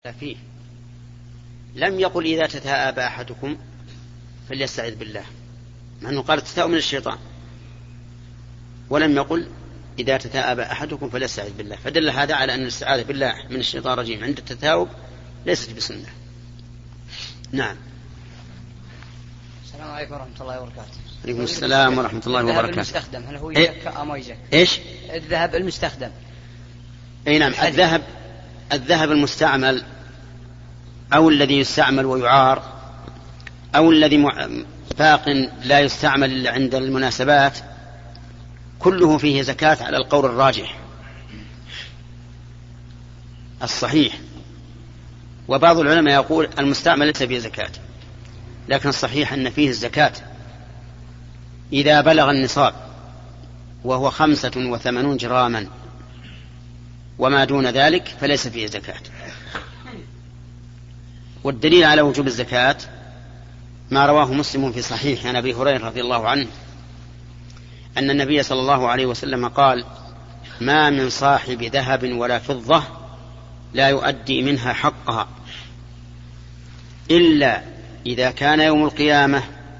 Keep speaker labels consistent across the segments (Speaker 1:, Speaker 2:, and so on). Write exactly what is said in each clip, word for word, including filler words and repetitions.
Speaker 1: فيه لم يقل إذا تثاءب أحدكم فليستعذ بالله، مع أنه قال التثاؤب من الشيطان، ولم يقل إذا تثاءب أحدكم فليستعذ بالله، فدل هذا على أن الاستعاذة بالله من الشيطان الرجيم عند التثاؤب ليست بسنة. نعم.
Speaker 2: السلام عليكم ورحمة الله وبركاته.
Speaker 1: عليكم السلام ورحمة الله وبركاته.
Speaker 2: الذهب المستخدم هل هو
Speaker 1: إيه؟
Speaker 2: يزكى أم يزكى؟
Speaker 1: إيش؟
Speaker 2: الذهب المستخدم.
Speaker 1: أي نعم. الذهب الذهب المستعمل أو الذي يستعمل ويعار أو الذي باق لا يستعمل إلا عند المناسبات كله فيه زكاة على القول الراجح الصحيح. وبعض العلماء يقول المستعمل ليس فيه زكاة، لكن الصحيح أن فيه الزكاة إذا بلغ النصاب وهو خمسة وثمانون جراما، وما دون ذلك فليس فيه زكاة. والدليل على وجوب الزكاة ما رواه مسلم في صحيح عن أبي هريرة رضي الله عنه أن النبي صلى الله عليه وسلم قال: ما من صاحب ذهب ولا فضة لا يؤدي منها حقها إلا إذا كان يوم القيامة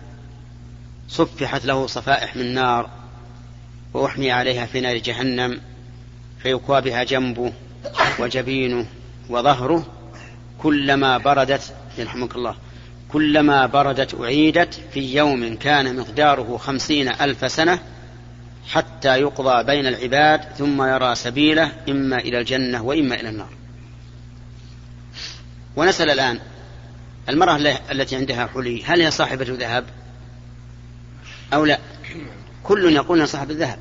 Speaker 1: صفحت له صفائح من نار وأحمي عليها في نار جهنم فيكوى بها جنبه وجبينه وظهره كلما بردت يرحمك الله كلما بردت أعيدت في يوم كان مقداره خمسين ألف سنة حتى يقضى بين العباد ثم يرى سبيله إما إلى الجنة وإما إلى النار. ونسأل الآن المرأة التي عندها حلي هل هي صاحبة ذهب أو لا؟ كل يقولون صاحب الذهب،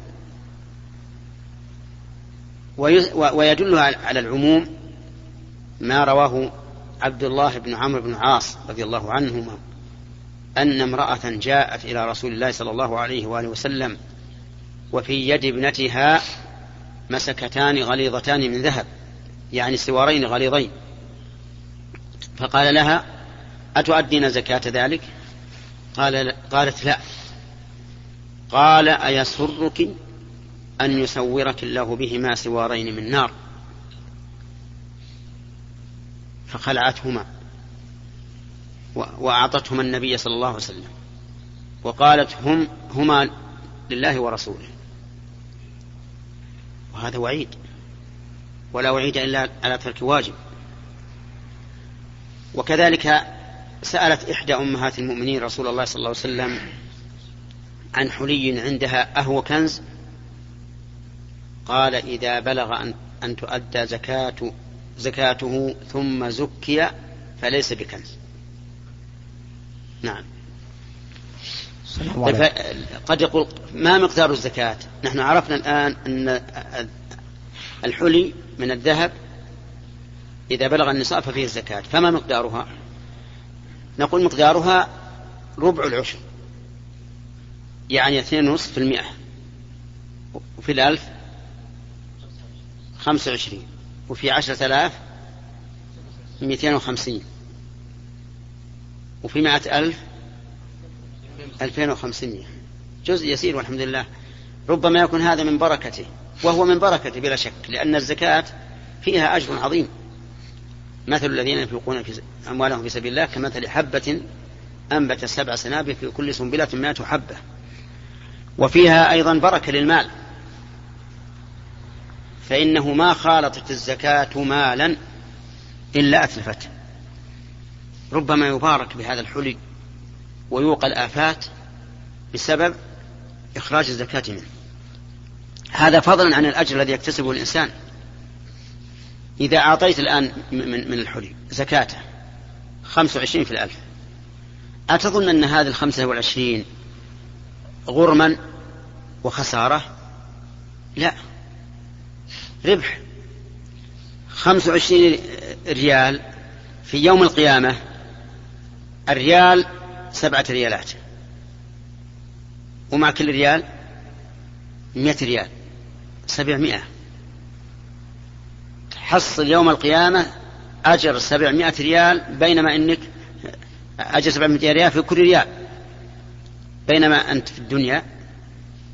Speaker 1: ويدلها على العموم ما رواه عبد الله بن عمرو بن العاص رضي الله عنهما أن امرأة جاءت إلى رسول الله صلى الله عليه وآله وسلم وفي يد ابنتها مسكتان غليظتان من ذهب، يعني سوارين غليظين، فقال لها: أتؤدين زكاة ذلك؟ قال قالت: لا. قال: أيسرك أن يسورك الله بهما سوارين من نار؟ فخلعتهما وأعطتهما النبي صلى الله عليه وسلم وقالت: هم هما لله ورسوله. وهذا وعيد، ولا وعيد إلا على ترك واجب. وكذلك سألت إحدى أمهات المؤمنين رسول الله صلى الله عليه وسلم عن حلي عندها أهو كنز؟ قال: إذا بلغ أن, أن تؤدى زكاة زكاته ثم زكي فليس بكنز. نعم. قد يقول: ما مقدار الزكاة؟ نحن عرفنا الآن أن الحلي من الذهب إذا بلغ النصاب ففيه الزكاة، فما مقدارها؟ نقول مقدارها ربع العشر، يعني اثنين ونصف في المئة، وفي الألف خمسة وعشرين، وفي عشرة آلاف مئتين وخمسين، وفي مائة ألف ألفين وخمسمائة. جزء يسير والحمد لله. ربما يكون هذا من بركته، وهو من بركته بلا شك، لأن الزكاة فيها أجر عظيم. مثل الذين ينفقون في أموالهم في سبيل الله كمثل حبة أنبت سبع سنابل في كل سنبلة مائة حبة. وفيها أيضا بركة للمال، فإنه ما خالطت الزكاة مالا إلا أتلفته. ربما يبارك بهذا الحلي ويوقى الآفات بسبب إخراج الزكاة منه. هذا فضلا عن الأجر الذي يكتسبه الإنسان. إذا أعطيت الآن من الحلي زكاته خمسة وعشرين في الألف، أتظن أن هذه الخمسة والعشرين غرما وخسارة؟ لا، ربح. خمسة وعشرين ريال في يوم القيامة الريال سبعة ريالات، ومع كل ريال مئة ريال، سبعمائة. حصل يوم القيامة أجر سبعمائة ريال، بينما إنك أجر سبعمائة ريال في كل ريال، بينما أنت في الدنيا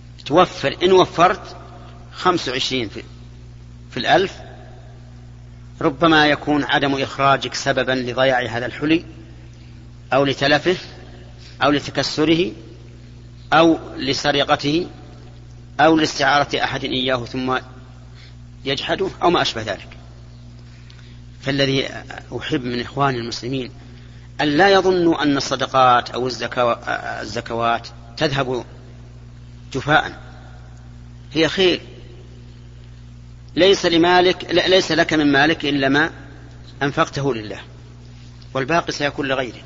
Speaker 1: توفر إن وفرت خمسة وعشرين في, في الألف ربما يكون عدم إخراجك سببا لضياع هذا الحلي أو لتلفه أو لتكسره أو لسرقته أو لاستعارة أحد إياه ثم يجحده أو ما أشبه ذلك. فالذي أحب من إخواني المسلمين أن لا يظنوا أن الصدقات أو الزكوات تذهب جفاء، هي خير. ليس لمالك ليس لك من مالك إلا ما أنفقته لله، والباقي سيكون لغيرك.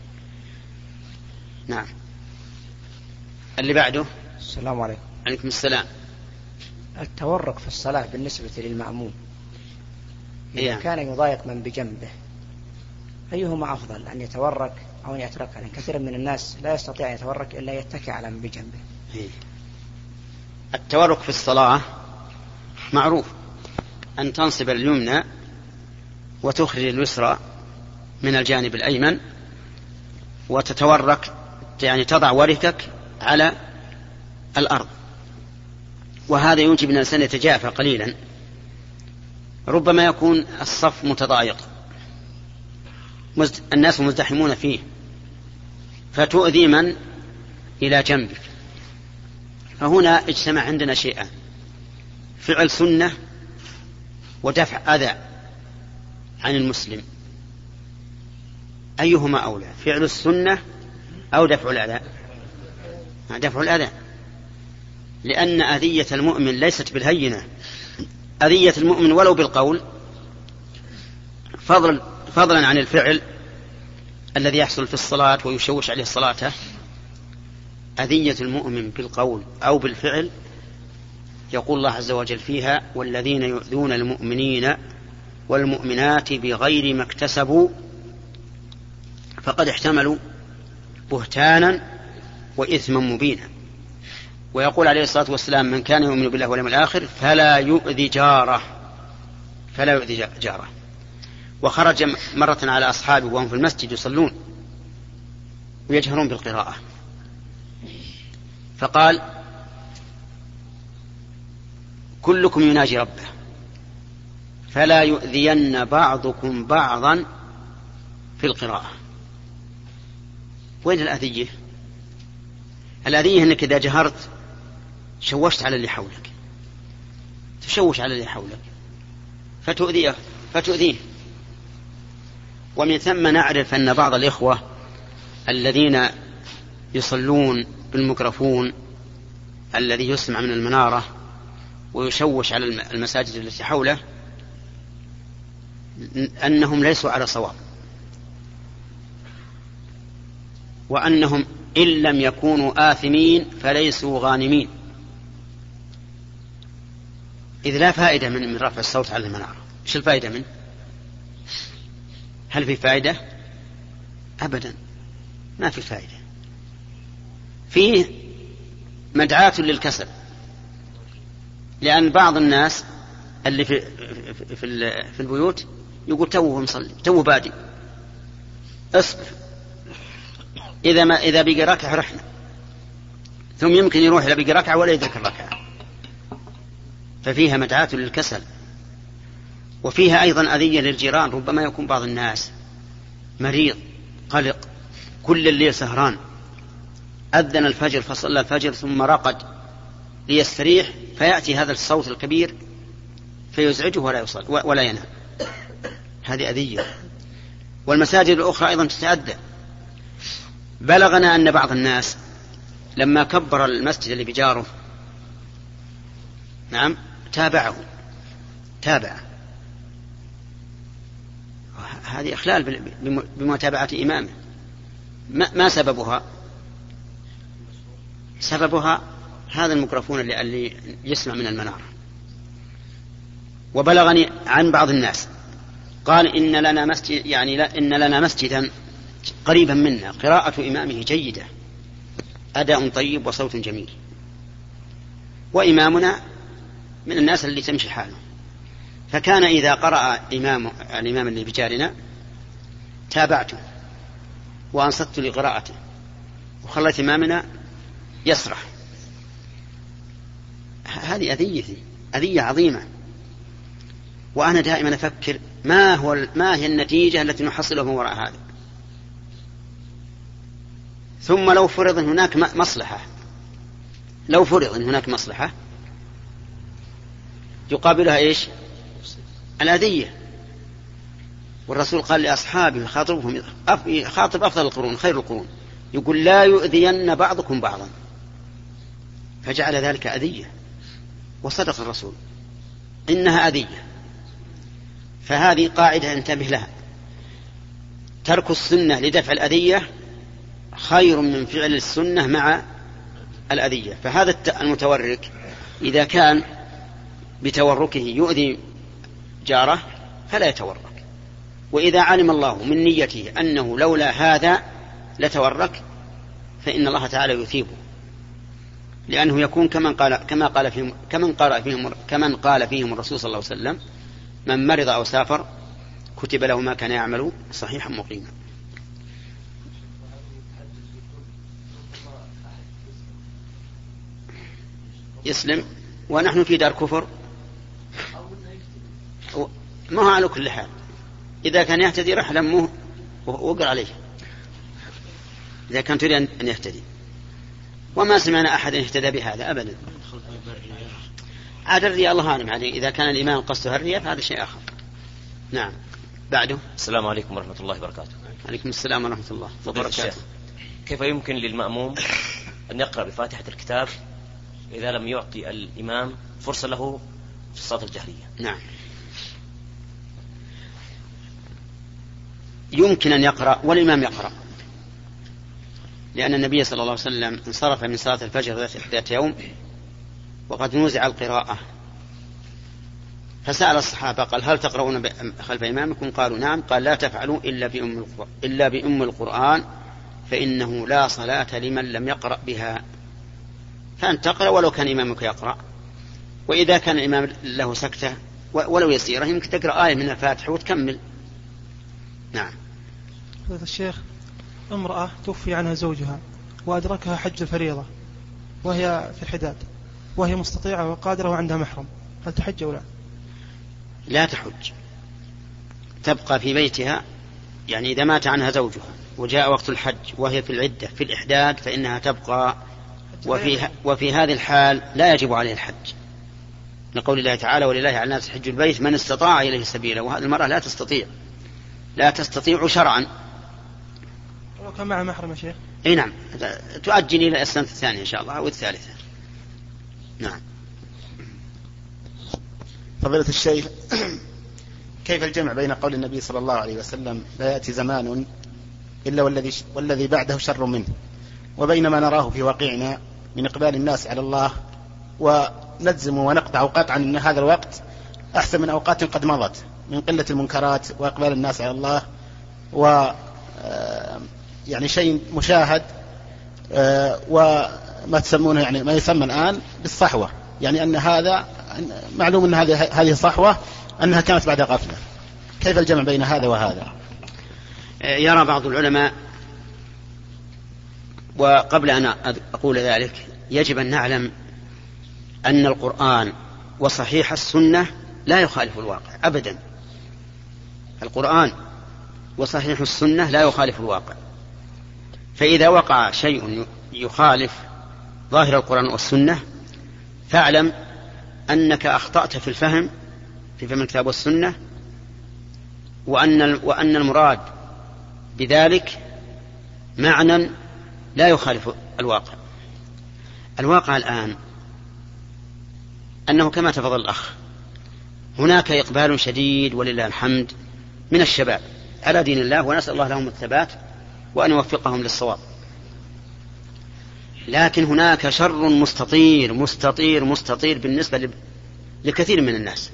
Speaker 1: نعم. اللي بعده.
Speaker 3: السلام عليكم.
Speaker 1: عليكم السلام.
Speaker 3: التورك في الصلاة بالنسبة للمأموم إذا
Speaker 1: إيه؟
Speaker 3: كان يضايق من بجنبه أيهما أفضل، أن يتورك أو أن يترك؟ لأن كثير من الناس لا يستطيع أن يتورك إلا يتكي على من بجنبه.
Speaker 1: إيه؟ التورك في الصلاة معروف، أن تنصب اليمنى وتخرج اليسرى من الجانب الأيمن وتتورك، يعني تضع وركك على الأرض، وهذا يوجب أن الإنسان يتجافى قليلا. ربما يكون الصف متضايق، الناس مزدحمون فيه، فتؤذي من إلى جنبك. فهنا اجتمع عندنا شيئان: فعل سنة ودفع أذى عن المسلم. أيهما أولى، فعل السنة أو دفع الأذى؟ دفع الأذى، لأن أذية المؤمن ليست بالهينة. أذية المؤمن ولو بالقول، فضل فضلا عن الفعل الذي يحصل في الصلاة ويشوش عليه صلاته، أذية المؤمن بالقول أو بالفعل يقول الله عز وجل فيها: والذين يؤذون المؤمنين والمؤمنات بغير ما اكتسبوا فقد احتملوا بهتانا وإثما مبينا. ويقول عليه الصلاة والسلام: من كان يؤمن بالله واليوم الآخر فلا يؤذي جاره فلا يؤذي جاره. وخرج مرة على أصحابه وهم في المسجد يصلون ويجهرون بالقراءة، فقال: كلكم يناجي ربه فلا يؤذين بعضكم بعضا في القراءة. وين الأذية؟ الأذية أنك إذا جهرت شوشت على اللي حولك، تشوش على اللي حولك فتؤذيه فتؤذيه ومن ثم نعرف أن بعض الإخوة الذين يصلون بالميكروفون الذي يسمع من المنارة ويشوش على المساجد التي حوله أنهم ليسوا على صواب، وأنهم إن لم يكونوا آثمين فليسوا غانمين، إذ لا فائدة من, من رفع الصوت على المنارة. إيش الفائدة منه؟ هل في فائدة؟ أبدا ما في فائدة. فيه مدعاة للكسل، لأن بعض الناس اللي في, في, في, في البيوت يقول توه مصلي توه بادي، اصبر، إذا ما إذا بقي ركعة رحنا، ثم يمكن يروح إلى بقي ركعة ولا يدرك الركعة. ففيها مدعاة للكسل. وفيها أيضا أذية للجيران. ربما يكون بعض الناس مريض قلق كل الليل سهران، أذن الفجر فصلى الفجر ثم رقد ليستريح، فيأتي هذا الصوت الكبير فيزعجه ولا يصل ولا ينام. هذه أذية. والمساجد الأخرى أيضا تتأذى. بلغنا أن بعض الناس لما كبر المسجد اللي بجاره نعم تابعه تابع هذه إخلال بمتابعة إمامه. ما سببها؟ سببها هذا الميكروفون اللي يسمع من المنارة. وبلغني عن بعض الناس قال إن لنا مسجد يعني لا إن لنا مسجدا قريبا منا قراءة إمامه جيدة، أداء طيب وصوت جميل، وإمامنا من الناس اللي تمشي حاله. فكان إذا قرأ إمام الإمام اللي بجارنا تابعته وأنصت لقراءته وخلت إمامنا يسرح. هذه أذية أذية عظيمة. وأنا دائما أفكر ما هو ما هي النتيجة التي نحصلها من وراء هذا. ثم لو فرض أن هناك مصلحة لو فرض أن هناك مصلحة يقابلها إيش؟ الأذية. والرسول قال لأصحابه خاطبهم خاطب أفضل القرون خير القرون يقول لا يؤذين بعضكم بعضا، فجعل ذلك أذية. وصدق الرسول إنها أذية. فهذه قاعدة انتبه لها، ترك السنة لدفع الأذية خير من فعل السنة مع الأذية. فهذا المتورك إذا كان بتوركه يؤذي جاره فلا يتورك، وإذا علم الله من نيته أنه لولا هذا لتورك فإن الله تعالى يثيبه، لأنه يكون كمن قال كما قال فيهم كمن قال فيهم كمن قال فيهم الرسول صلى الله عليه وسلم: من مرض أو سافر كتب له ما كان يعمل صحيحا مقيما. يسلم ونحن في دار كفر، ما هو على كل حال. إذا كان يهتدي رح لمه وقر عليه إذا كان تريد أن يهتدي. وما سمعنا أحد يهتدى بهذا أبدا. عاد الرياء الله أعلم عليه، إذا كان الإمام قصده الرياء فهذا شيء آخر. نعم. بعده.
Speaker 4: السلام عليكم ورحمة الله وبركاته.
Speaker 1: عليكم السلام ورحمة الله وبركاته.
Speaker 4: كيف يمكن للمأموم أن يقرأ بفاتحة الكتاب إذا لم يعطي الإمام فرصة له في الصلاة الجهرية؟
Speaker 1: نعم، يمكن أن يقرأ والإمام يقرأ، لأن النبي صلى الله عليه وسلم انصرف من صلاة الفجر ذات يوم وقد نوزع القراءة، فسأل الصحابة قال: هل تقرؤون خلف إمامكم؟ قالوا: نعم. قال: لا تفعلوا إلا بأم القرآن, إلا بأم القرآن فإنه لا صلاة لمن لم يقرأ بها. فأن تقرأ ولو كان إمامك يقرأ، وإذا كان الإمام له سكتة ولو يسيرة يمكن تقرأ آية من الفاتحة وتكمل. نعم.
Speaker 5: هذا الشيخ، امرأة توفي عنها زوجها وأدركها حج الفريضة وهي في الحداد وهي مستطيعة وقادرة وعندها محرم، هل تحج أو لا؟
Speaker 1: لا تحج، تبقى في بيتها. يعني إذا مات عنها زوجها وجاء وقت الحج وهي في العدة في الإحداد فإنها تبقى، وفي, وفي هذه الحال لا يجب عليه الحج، لقول الله تعالى: ولله على الناس حج البيت من استطاع إليه سبيلا. وهذه المرأة لا تستطيع لا تستطيع شرعا.
Speaker 5: ولو كان معها محرم يا شيخ؟
Speaker 1: اي نعم، تؤجل إلى السنة الثانية إن شاء الله أو الثالثة. نعم.
Speaker 6: فضيلة الشيخ، كيف الجمع بين قول النبي صلى الله عليه وسلم: لا يأتي زمان إلا والذي, والذي بعده شر منه، وبين ما نراه في واقعنا من إقبال الناس على الله، ونجزم ونقطع قطعا أن هذا الوقت أحسن من أوقات قد مضت من قلة المنكرات وإقبال الناس على الله، و يعني شيء مشاهد، وما تسمونه يعني ما يسمى الآن بالصحوة، يعني أن هذا معلوم أن هذه هذه صحوة أنها كانت بعد غفلة. كيف الجمع بين هذا وهذا؟
Speaker 1: يرى بعض العلماء، وقبل أن أقول ذلك يجب أن نعلم أن القرآن وصحيح السنة لا يخالف الواقع أبدا. القرآن وصحيح السنة لا يخالف الواقع، فإذا وقع شيء يخالف ظاهر القرآن والسنة فاعلم أنك أخطأت في الفهم في فهم الكتاب والسنة، وأن وأن المراد بذلك معنى لا يخالف الواقع. الواقع الآن أنه كما تفضل الأخ هناك إقبال شديد ولله الحمد من الشباب على دين الله، ونسأل الله لهم الثبات وأن يوفقهم للصواب. لكن هناك شر مستطير مستطير مستطير بالنسبة لكثير من الناس.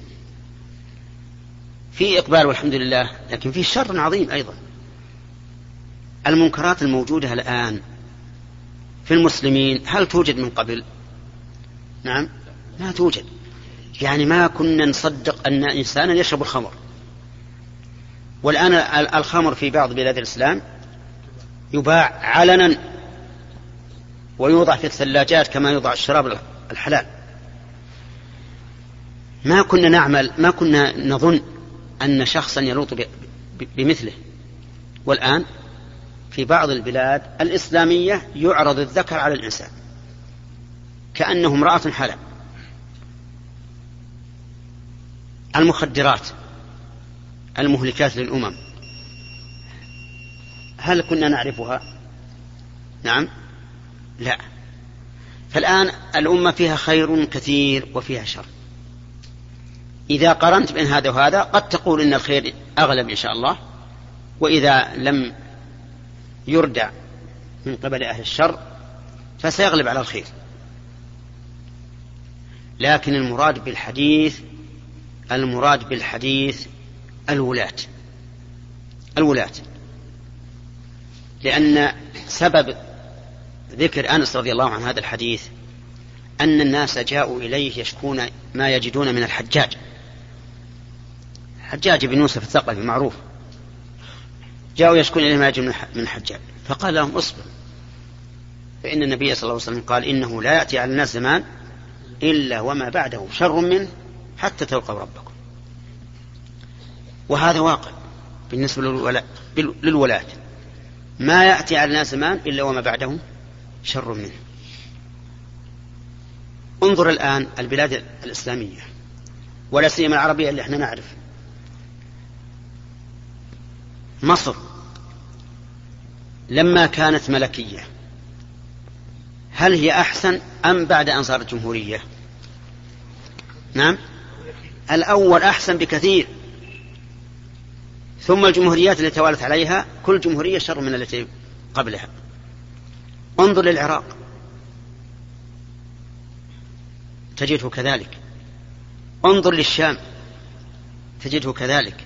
Speaker 1: في إقبال والحمد لله، لكن في شر عظيم أيضا. المنكرات الموجودة الآن في المسلمين هل توجد من قبل؟ نعم، لا توجد. يعني ما كنا نصدق أن إنسانا يشرب الخمر، والآن الخمر في بعض بلاد الإسلام يباع علنا ويوضع في الثلاجات كما يوضع الشراب الحلال. ما كنا نعمل ما كنا نظن أن شخصا يلوط بمثله. والآن في بعض البلاد الإسلامية يعرض الذكر على الإنسان كأنه امرأة حلال. المخدرات المهلكات للأمم هل كنا نعرفها؟ نعم، لا. فالآن الأمة فيها خير كثير وفيها شر. إذا قرنت بين هذا وهذا قد تقول إن الخير أغلب إن شاء الله، وإذا لم يردع من قبل أهل الشر فسيغلب على الخير. لكن المراد بالحديث المراد بالحديث الولاة الولاة لأن سبب ذكر أنس رضي الله عن هذا الحديث أن الناس جاءوا إليه يشكون ما يجدون من الحجاج. حجاج بن يوسف الثقفي معروف، جاءوا يشكون إليه ما يجدون من الحجاج، فقال لهم اصبروا فإن النبي صلى الله عليه وسلم قال إنه لا يأتي على الناس زمان إلا وما بعده شر منه حتى تلقوا ربكم. وهذا واقع بالنسبة للولاة، ما يأتي على الناس زمان إلا وما بعده شر منه. انظر الآن البلاد الإسلامية ولا سيما العربية اللي احنا نعرف، مصر لما كانت ملكية هل هي أحسن أم بعد أن صارت جمهورية؟ نعم، الأول أحسن بكثير، ثم الجمهوريات التي توالت عليها كل جمهورية شر من التي قبلها. انظر للعراق تجده كذلك، انظر للشام تجده كذلك.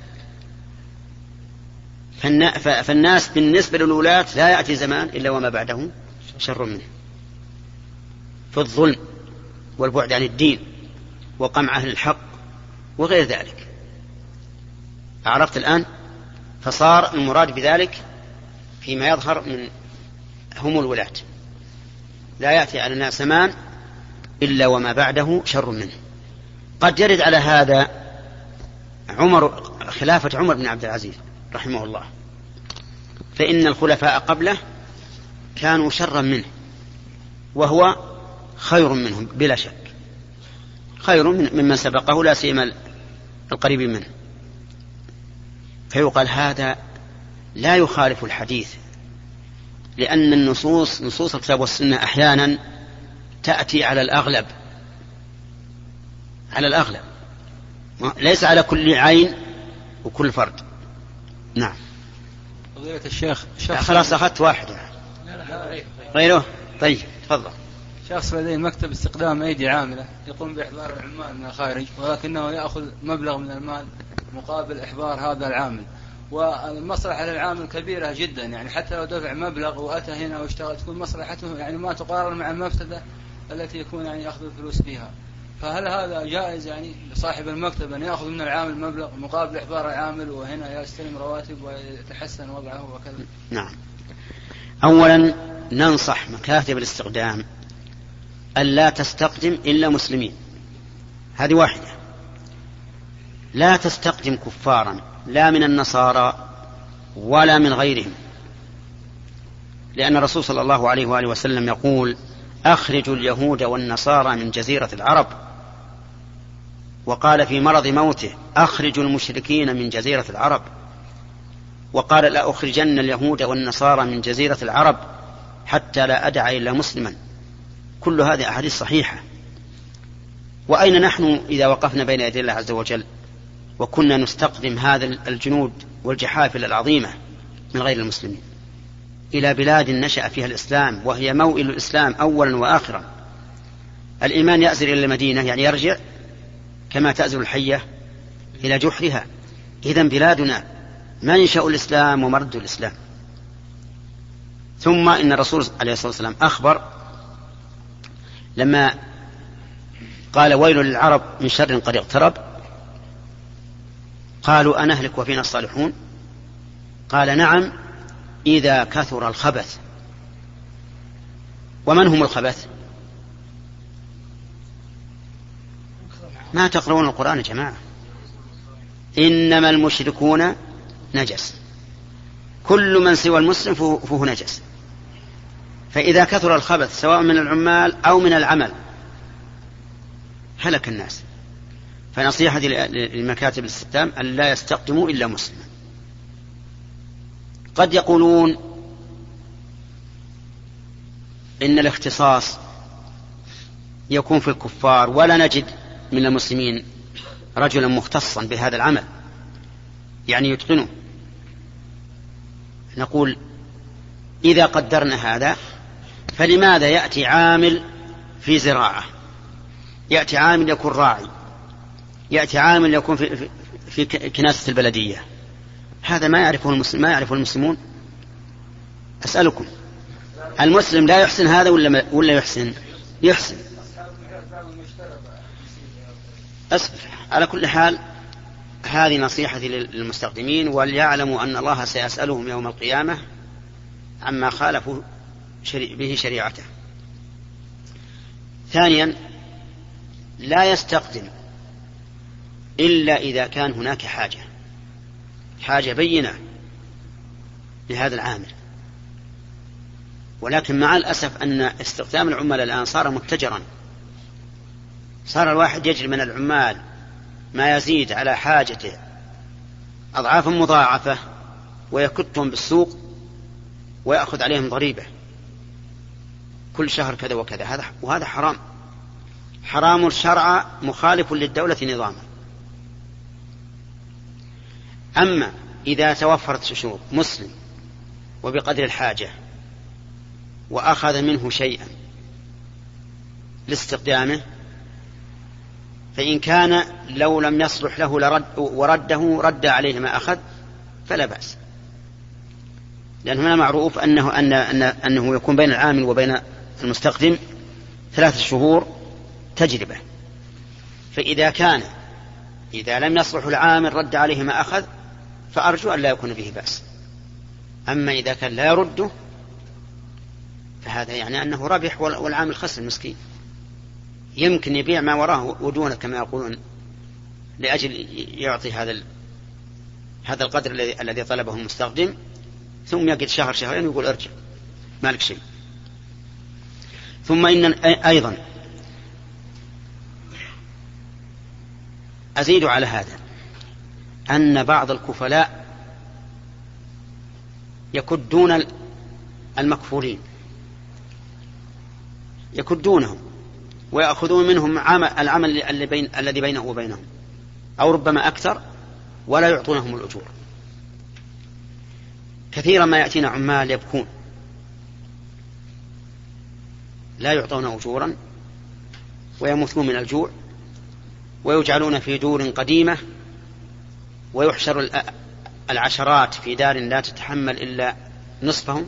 Speaker 1: فالناس بالنسبة للولاة لا يأتي زمان إلا وما بعده شر منه في الظلم والبعد عن الدين وقمع أهل الحق وغير ذلك. عرفت الآن؟ فصار المراد بذلك فيما يظهر من هم الولاة، لا يأتي على الناس زمان إلا وما بعده شر منه. قد يرد على هذا عمر خلافة عمر بن عبد العزيز رحمه الله، فإن الخلفاء قبله كانوا شرا منه وهو خير منهم بلا شك، خير ممن سبقه لا سيما القريب منه. فيقال هذا لا يخالف الحديث، لأن النصوص نصوص الكتاب والسنة أحيانا تأتي على الأغلب على الأغلب ليس على كل عين وكل فرد. نعم.
Speaker 7: فضيلة الشيخ
Speaker 1: خلاص أخذت واحدة غيره. طيب تفضل.
Speaker 7: شخص لديه مكتب استخدام أيدي عاملة يقوم بإحضار العمال من الخارج، ولكنه يأخذ مبلغ من المال مقابل إحضار هذا العامل، والمصلحة للعامل كبيرة جدا، يعني حتى لو دفع مبلغ وأتى هنا واشتغل تكون مصلحته يعني ما تقارن مع المفسدة التي يكون يعني يأخذ الفلوس فيها. فهل هذا جائز يعني لصاحب المكتب أن يأخذ من العامل مبلغ مقابل إحضار العامل وهنا يستلم رواتب ويتحسن وضعه وكذا؟
Speaker 1: نعم. أولا ننصح مكاتب الاستخدام ألا تستخدم إلا مسلمين، هذه واحدة. لا تستخدم كفارا لا من النصارى ولا من غيرهم، لأن الرسول صلى الله عليه وآله وسلم يقول أخرجوا اليهود والنصارى من جزيرة العرب، وقال في مرض موته أخرجوا المشركين من جزيرة العرب، وقال لا أخرجن اليهود والنصارى من جزيرة العرب حتى لا أدع إلا مسلما. كل هذه أحاديث صحيحة. وأين نحن إذا وقفنا بين يدي الله عز وجل وكنا نستقدم هذا الجنود والجحافل العظيمة من غير المسلمين إلى بلاد نشأ فيها الإسلام وهي موئل الإسلام أولا وآخرا؟ الإيمان يأزل إلى المدينة يعني يرجع كما تأزل الحية إلى جحرها. إذن بلادنا منشأ الإسلام ومرد الإسلام. ثم إن الرسول عليه الصلاة والسلام أخبر لما قال ويل للعرب من شر قد اقترب، قالوا أنهلك وفينا الصالحون؟ قال نعم إذا كثر الخبث. ومن هم الخبث؟ ما تقرؤون القرآن يا جماعة؟ إنما المشركون نجس، كل من سوى المسلم فهو نجس. فإذا كثر الخبث سواء من العمال أو من العمل هلك الناس. فنصيحة لمكاتب الاستخدام أن لا يستخدموا إلا مسلما. قد يقولون إن الاختصاص يكون في الكفار ولا نجد من المسلمين رجلا مختصا بهذا العمل يعني يتقنه. نقول إذا قدرنا هذا فلماذا يأتي عامل في زراعة، يأتي عامل يكون راعي، يأتي عامل يكون في, في كناسة البلدية، هذا ما يعرفه المسلم، ما يعرفه المسلمون. أسألكم المسلم لا يحسن هذا ولا, ولا يحسن؟ يحسن. أسف. على كل حال هذه نصيحتي للمستخدمين، وليعلموا أن الله سيسألهم يوم القيامة عما خالفوا به شريعته. ثانيا لا يستخدم إلا إذا كان هناك حاجة حاجة بينة لهذا العامل. ولكن مع الأسف أن استخدام العمال الآن صار متجرا، صار الواحد يجري من العمال ما يزيد على حاجته أضعافا مضاعفة ويكتهم بالسوق ويأخذ عليهم ضريبة كل شهر كذا وكذا. هذا وهذا حرام، حرام الشرع، مخالف للدولة نظاما. أما إذا توفرت شروط مسلم وبقدر الحاجة وأخذ منه شيئا لاستخدامه، فإن كان لو لم يصلح له لرد ورده رد عليه ما أخذ فلا بأس، لأن هنا معروف أنه, أن أن أنه يكون بين العامل وبين المستخدم ثلاثة شهور تجربة. فإذا كان إذا لم يصلح العامل رد عليه ما أخذ فأرجو أن لا يكون به بأس. أما إذا كان لا يرده فهذا يعني أنه ربح والعامل خسر مسكين، يمكن يبيع ما وراه ودونه كما يقولون لأجل يعطي هذا هذا القدر الذي طلبه المستخدم، ثم يقعد شهر شهرين ويقول ارجع مالك شيء. ثم إن أيضا أزيد على هذا أن بعض الكفلاء يكدون المكفولين، يكدونهم ويأخذون منهم العمل اللي بين الذي بينه وبينهم أو ربما أكثر ولا يعطونهم الأجور. كثيرا ما يأتينا عمال يبكون لا يعطون أجورا ويموتون من الجوع ويجعلون في دور قديمة ويحشر العشرات في دار لا تتحمل إلا نصفهم،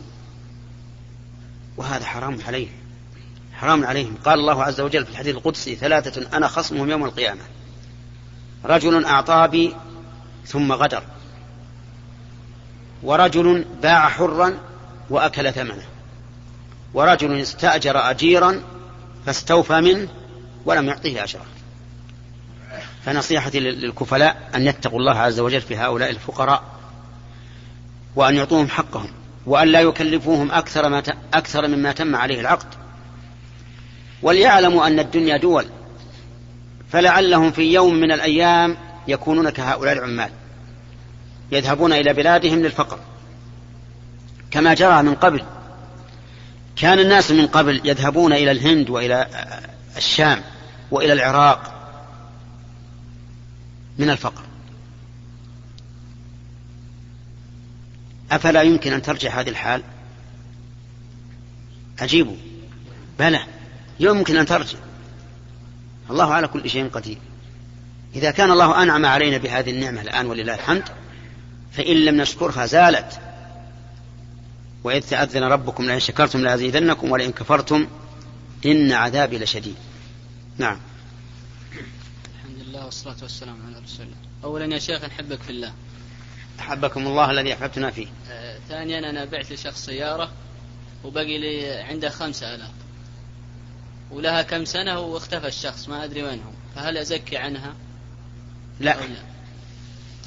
Speaker 1: وهذا حرام عليه حرام عليهم. قال الله عز وجل في الحديث القدسي ثلاثة أنا خصمهم يوم القيامة: رجل أعطى بي ثم غدر، ورجل باع حرا وأكل ثمنه، ورجل استأجر أجيرا فاستوفى منه ولم يعطيه أجره. فنصيحتي للكفلاء أن يتقوا الله عز وجل في هؤلاء الفقراء وأن يعطوهم حقهم وأن لا يكلفوهم أكثر, ما ت... أكثر مما تم عليه العقد. وليعلموا أن الدنيا دول، فلعلهم في يوم من الأيام يكونون كهؤلاء العمال يذهبون إلى بلادهم للفقر كما جرى من قبل. كان الناس من قبل يذهبون إلى الهند وإلى الشام وإلى العراق من الفقر. أفلا يمكن أن ترجع هذه الحال؟ أجيبوا بلى يمكن أن ترجع، الله على كل شيء قدير. إذا كان الله أنعم علينا بهذه النعمة الآن ولله الحمد، فإن لم نشكرها زالت. وإذ تأذن ربكم لئن شكرتم لأزيدنكم ولئن كفرتم إن عذابي لشديد. نعم.
Speaker 8: الحمد لله والصلاة والسلام على رسول الله. أولا يا شيخ نحبك في الله.
Speaker 1: أحبكم الله الذي أحببتنا فيه.
Speaker 8: آه، ثانيا أنا بعت لشخص سيارة وبقي لي عنده خمسة آلاف ولها كم سنة واختفى الشخص ما أدري وين هو، فهل أزكي عنها؟
Speaker 1: لا,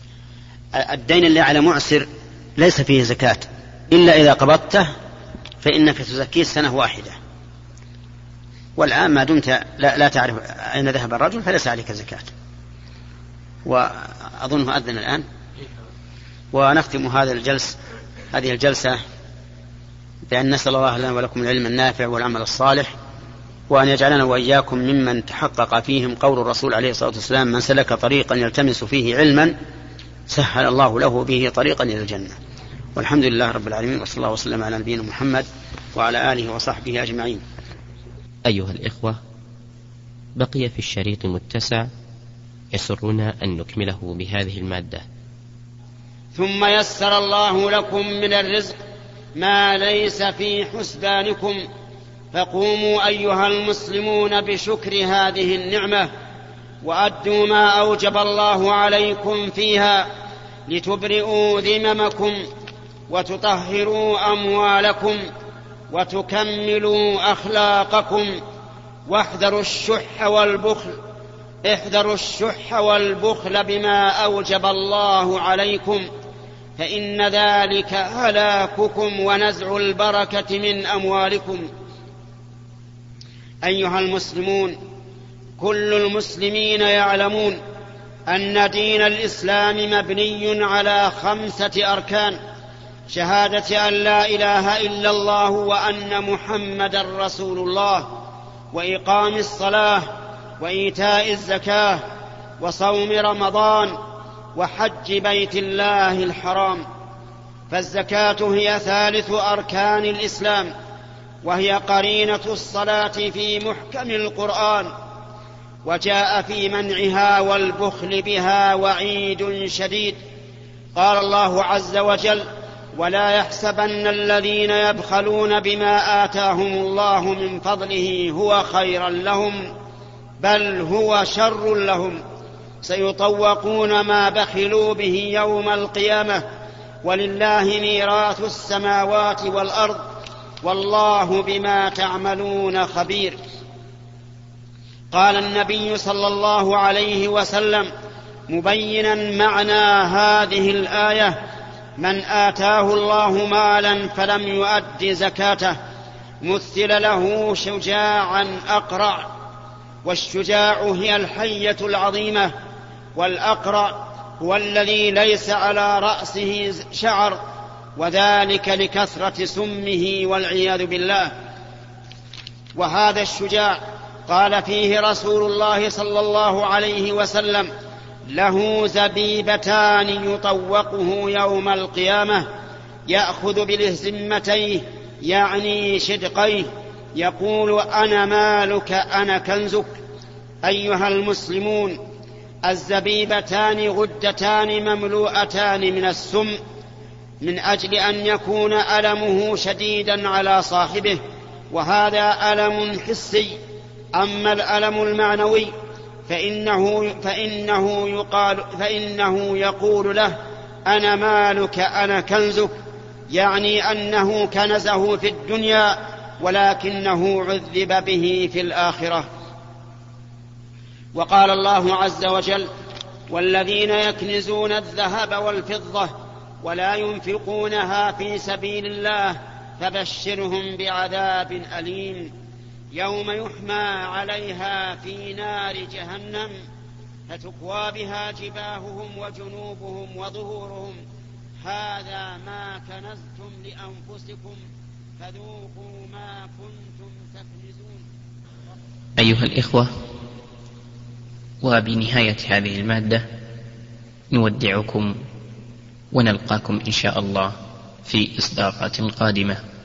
Speaker 1: الدين اللي على معسر ليس فيه زكاة إلا إذا قبضته فإنك تزكيه سنة واحدة. والآن ما دمت لا, لا تعرف أين ذهب الرجل فليس عليك زكاة. وأظنه أذن الآن. ونختم هذا الجلس هذه الجلسة بأن نسأل الله لنا ولكم العلم النافع والعمل الصالح، وأن يجعلنا وإياكم ممن تحقق فيهم قول الرسول عليه الصلاة والسلام: من سلك طريقا يلتمس فيه علما سهل الله له به طريقا إلى الجنة. والحمد لله رب العالمين، وصلى الله وسلم على نبينا محمد وعلى آله وصحبه أجمعين.
Speaker 9: أيها الإخوة، بقي في الشريط المتسع يسرنا أن نكمله بهذه المادة.
Speaker 10: ثم يسر الله لكم من الرزق ما ليس في حسبانكم، فقوموا أيها المسلمون بشكر هذه النعمة، وأدوا ما أوجب الله عليكم فيها لتبرئوا ذممكم وتطهروا أموالكم وتكملوا أخلاقكم. واحذروا الشح والبخل احذروا الشح والبخل بما أوجب الله عليكم، فإن ذلك هلاككم ونزع البركة من أموالكم. أيها المسلمون، كل المسلمين يعلمون أن دين الإسلام مبني على خمسة أركان: شهادة أن لا إله إلا الله وأن محمدا رسول الله، وإقام الصلاة، وإيتاء الزكاة، وصوم رمضان، وحج بيت الله الحرام. فالزكاة هي ثالث أركان الإسلام، وهي قرينة الصلاة في محكم القرآن، وجاء في منعها والبخل بها وعيد شديد. قال الله عز وجل: ولا يحسبن الذين يبخلون بما آتاهم الله من فضله هو خيرا لهم بل هو شر لهم، سيطوقون ما بخلوا به يوم القيامة، ولله ميراث السماوات والأرض والله بما تعملون خبير. قال النبي صلى الله عليه وسلم مبينا معنى هذه الآية: من آتاه الله مالا فلم يؤد زكاته مثل له شجاعا أقرع. والشجاع هي الحية العظيمة، والأقرع هو الذي ليس على رأسه شعر، وذلك لكثرة سمه والعياذ بالله. وهذا الشجاع قال فيه رسول الله صلى الله عليه وسلم: له زبيبتان يطوقه يوم القيامة، يأخذ بلهزمتيه يعني شدقيه، يقول: أنا مالك أنا كنزك. أيها المسلمون، الزبيبتان غدتان مملوءتان من السم، من أجل أن يكون ألمه شديدا على صاحبه، وهذا ألم حسي. أما الألم المعنوي فإنه, فإنه, يقال فإنه يقول له: أنا مالك أنا كنزك، يعني أنه كنزه في الدنيا ولكنه عذب به في الآخرة. وقال الله عز وجل: والذين يكنزون الذهب والفضة ولا ينفقونها في سبيل الله فبشرهم بعذاب أليم يوم يحمى عليها في نار جهنم فتكوى بها جباههم وجنوبهم وظهورهم هذا ما كنزتم لأنفسكم فذوقوا ما كنتم تكنزون.
Speaker 9: أيها الإخوة، وبنهاية هذه المادة نودعكم ونلقاكم إن شاء الله في إصداقات قادمة.